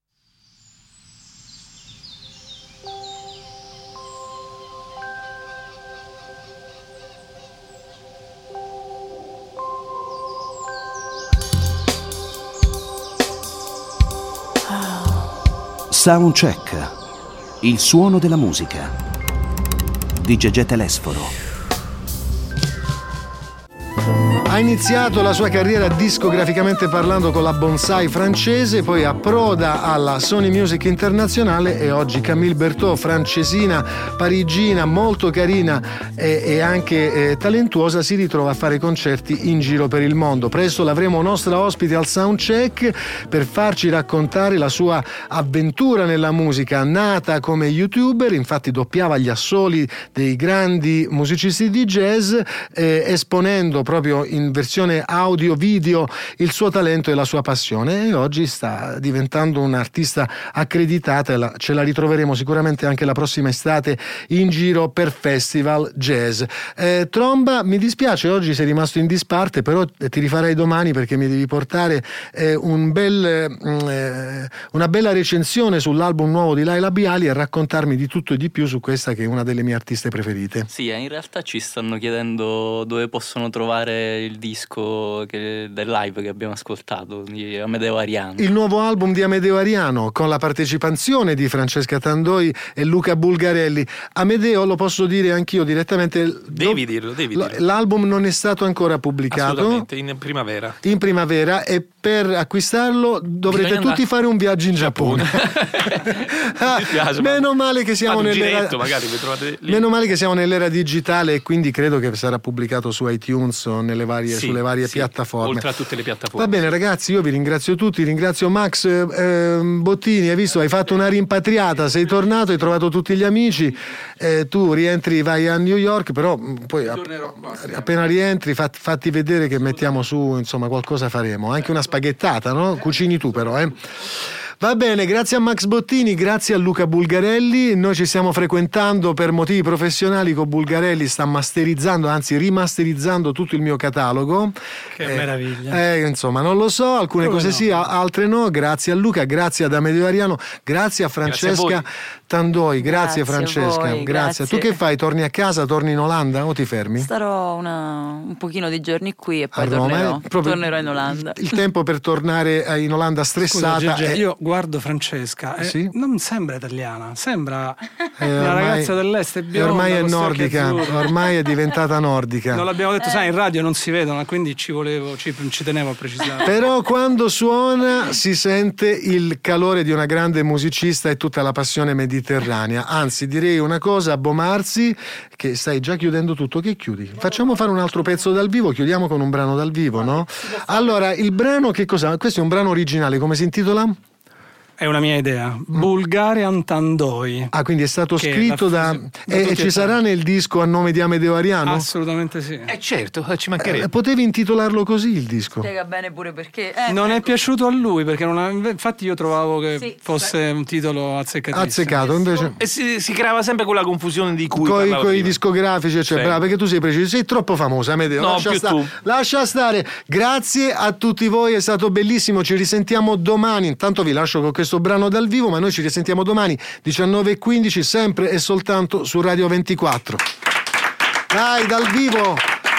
E: Soundcheck, il suono della musica di Gegè Telesforo.
F: Ha iniziato la sua carriera discograficamente parlando con la Bonsai francese, poi approda alla Sony Music Internazionale e oggi Camille Berthaud, francesina, parigina, molto carina e, e anche eh, talentuosa, si ritrova a fare concerti in giro per il mondo. Presto l'avremo nostra ospite al Soundcheck per farci raccontare la sua avventura nella musica, nata come youtuber, infatti doppiava gli assoli dei grandi musicisti di jazz, eh, esponendo proprio in versione audio video il suo talento e la sua passione, e oggi sta diventando un'artista accreditata e la, ce la ritroveremo sicuramente anche la prossima estate in giro per festival jazz. eh, Tromba, mi dispiace oggi sei rimasto in disparte, però ti rifarei domani perché mi devi portare eh, un bel, eh, una bella recensione sull'album nuovo di Laila Biali e raccontarmi di tutto e di più su questa che è una delle mie artiste preferite.
K: Sì, eh, in realtà ci stanno chiedendo dove possono trovarla trovare il disco che, del live che abbiamo ascoltato di Amedeo Ariano.
F: Il nuovo album di Amedeo Ariano con la partecipazione di Francesca Tandoi e Luca Bulgarelli. Amedeo, lo posso dire anch'io direttamente.
J: Devi dirlo, devi dirlo.
F: L'album non è stato ancora pubblicato.
J: Assolutamente, in primavera.
F: In primavera, e per acquistarlo dovrete
J: Bisogna
F: tutti
J: andare...
F: fare un viaggio in Giappone. ah,
J: piace,
F: meno male che siamo nell'era
J: giretto, magari vi trovate lì.
F: Meno male che siamo nell'era digitale, e quindi credo che sarà pubblicato su iTunes o nelle varie,
J: sì,
F: sulle varie
J: sì,
F: piattaforme.
J: oltre a tutte le piattaforme.
F: Va bene ragazzi, io vi ringrazio tutti, ringrazio Max eh, Bottini, hai visto, hai fatto una rimpatriata, sei tornato, hai trovato tutti gli amici, eh, tu rientri, vai a New York, però poi app- appena rientri fat- fatti vedere che mettiamo su, insomma qualcosa faremo, anche una spaghettata, no? Cucini tu però, eh. Va bene, grazie a Max Bottini, grazie a Luca Bulgarelli. Noi ci stiamo frequentando per motivi professionali con Bulgarelli, sta masterizzando, anzi rimasterizzando tutto il mio catalogo.
I: Che
F: eh,
I: meraviglia.
F: Eh, insomma, non lo so, alcune
I: Come
F: cose
I: no?
F: sì, altre no. Grazie a Luca, grazie ad Amedeo Ariano, grazie a Francesca
J: Grazie a
F: Tandoi, grazie,
H: Grazie a
F: Francesca,
H: voi,
F: grazie.
H: grazie.
F: Tu che fai? Torni a casa, torni in Olanda o ti fermi?
H: Starò una, un pochino di giorni qui e poi
F: A Roma,
H: tornerò,
F: eh? Proprio
H: tornerò in Olanda.
F: Il tempo per tornare in Olanda stressata.
I: Scusa, Gigi,
F: è...
I: io guardo Francesca e
F: Sì?
I: non sembra italiana, sembra
F: Eh,
I: una
F: ormai-
I: ragazza dell'est, è
F: e
I: bionda,
F: ormai è
I: con gli occhi
F: nordica,
I: azzurri.
F: ormai è diventata nordica.
I: Non l'abbiamo detto, sai, in radio non si vedono, quindi ci volevo, ci, ci tenevo a precisare.
F: Però quando suona si sente il calore di una grande musicista e tutta la passione mediterranea. Anzi, direi una cosa a Bomarzi, che stai già chiudendo tutto. Che chiudi? Facciamo fare un altro pezzo dal vivo, chiudiamo con un brano dal vivo, no? Allora, il brano che cosa? Questo è un brano originale, come si intitola?
I: È una mia idea. Bulgarian Tandoi.
F: Ah, quindi è stato
I: Che
F: scritto
I: la-
F: da...
I: da
F: E, e
I: tutti
F: ci
I: e
F: sarà
I: tre.
F: nel disco a nome di Amedeo Ariano?
I: Assolutamente sì.
J: Eh certo, ci mancherebbe.
F: Eh, potevi intitolarlo così il disco?
H: Spiega bene pure perché. Eh,
I: Non è
H: ecco.
I: piaciuto a lui perché non ha- infatti io trovavo che
H: Sì,
I: fosse un titolo azzeccatissimo.
F: Azzeccato, invece...
J: E si, si creava sempre quella confusione di cui
F: Coi,
J: parlavo
F: coi
J: prima.
F: discografici, eccetera.
J: Sì.
F: Bravo, perché tu sei preciso, sei troppo famosa, Amedeo.
J: No,
F: lascia,
J: più
F: sta-
J: tu.
F: lascia stare. Grazie a tutti voi, è stato bellissimo. Ci risentiamo domani. Intanto vi lascio con questo brano dal vivo, ma noi ci risentiamo domani, diciannove e quindici, sempre e soltanto su Radio ventiquattro. Dai, dal vivo,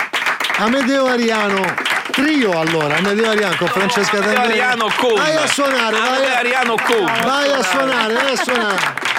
F: Amedeo Ariano. Trio allora, Amedeo Ariano con Francesca
J: Amedeo
F: Tandoi.
J: Ariano con.
F: Vai a suonare, vai
J: Amedeo
F: a,
J: Ariano con.
F: vai a suonare, vai a suonare.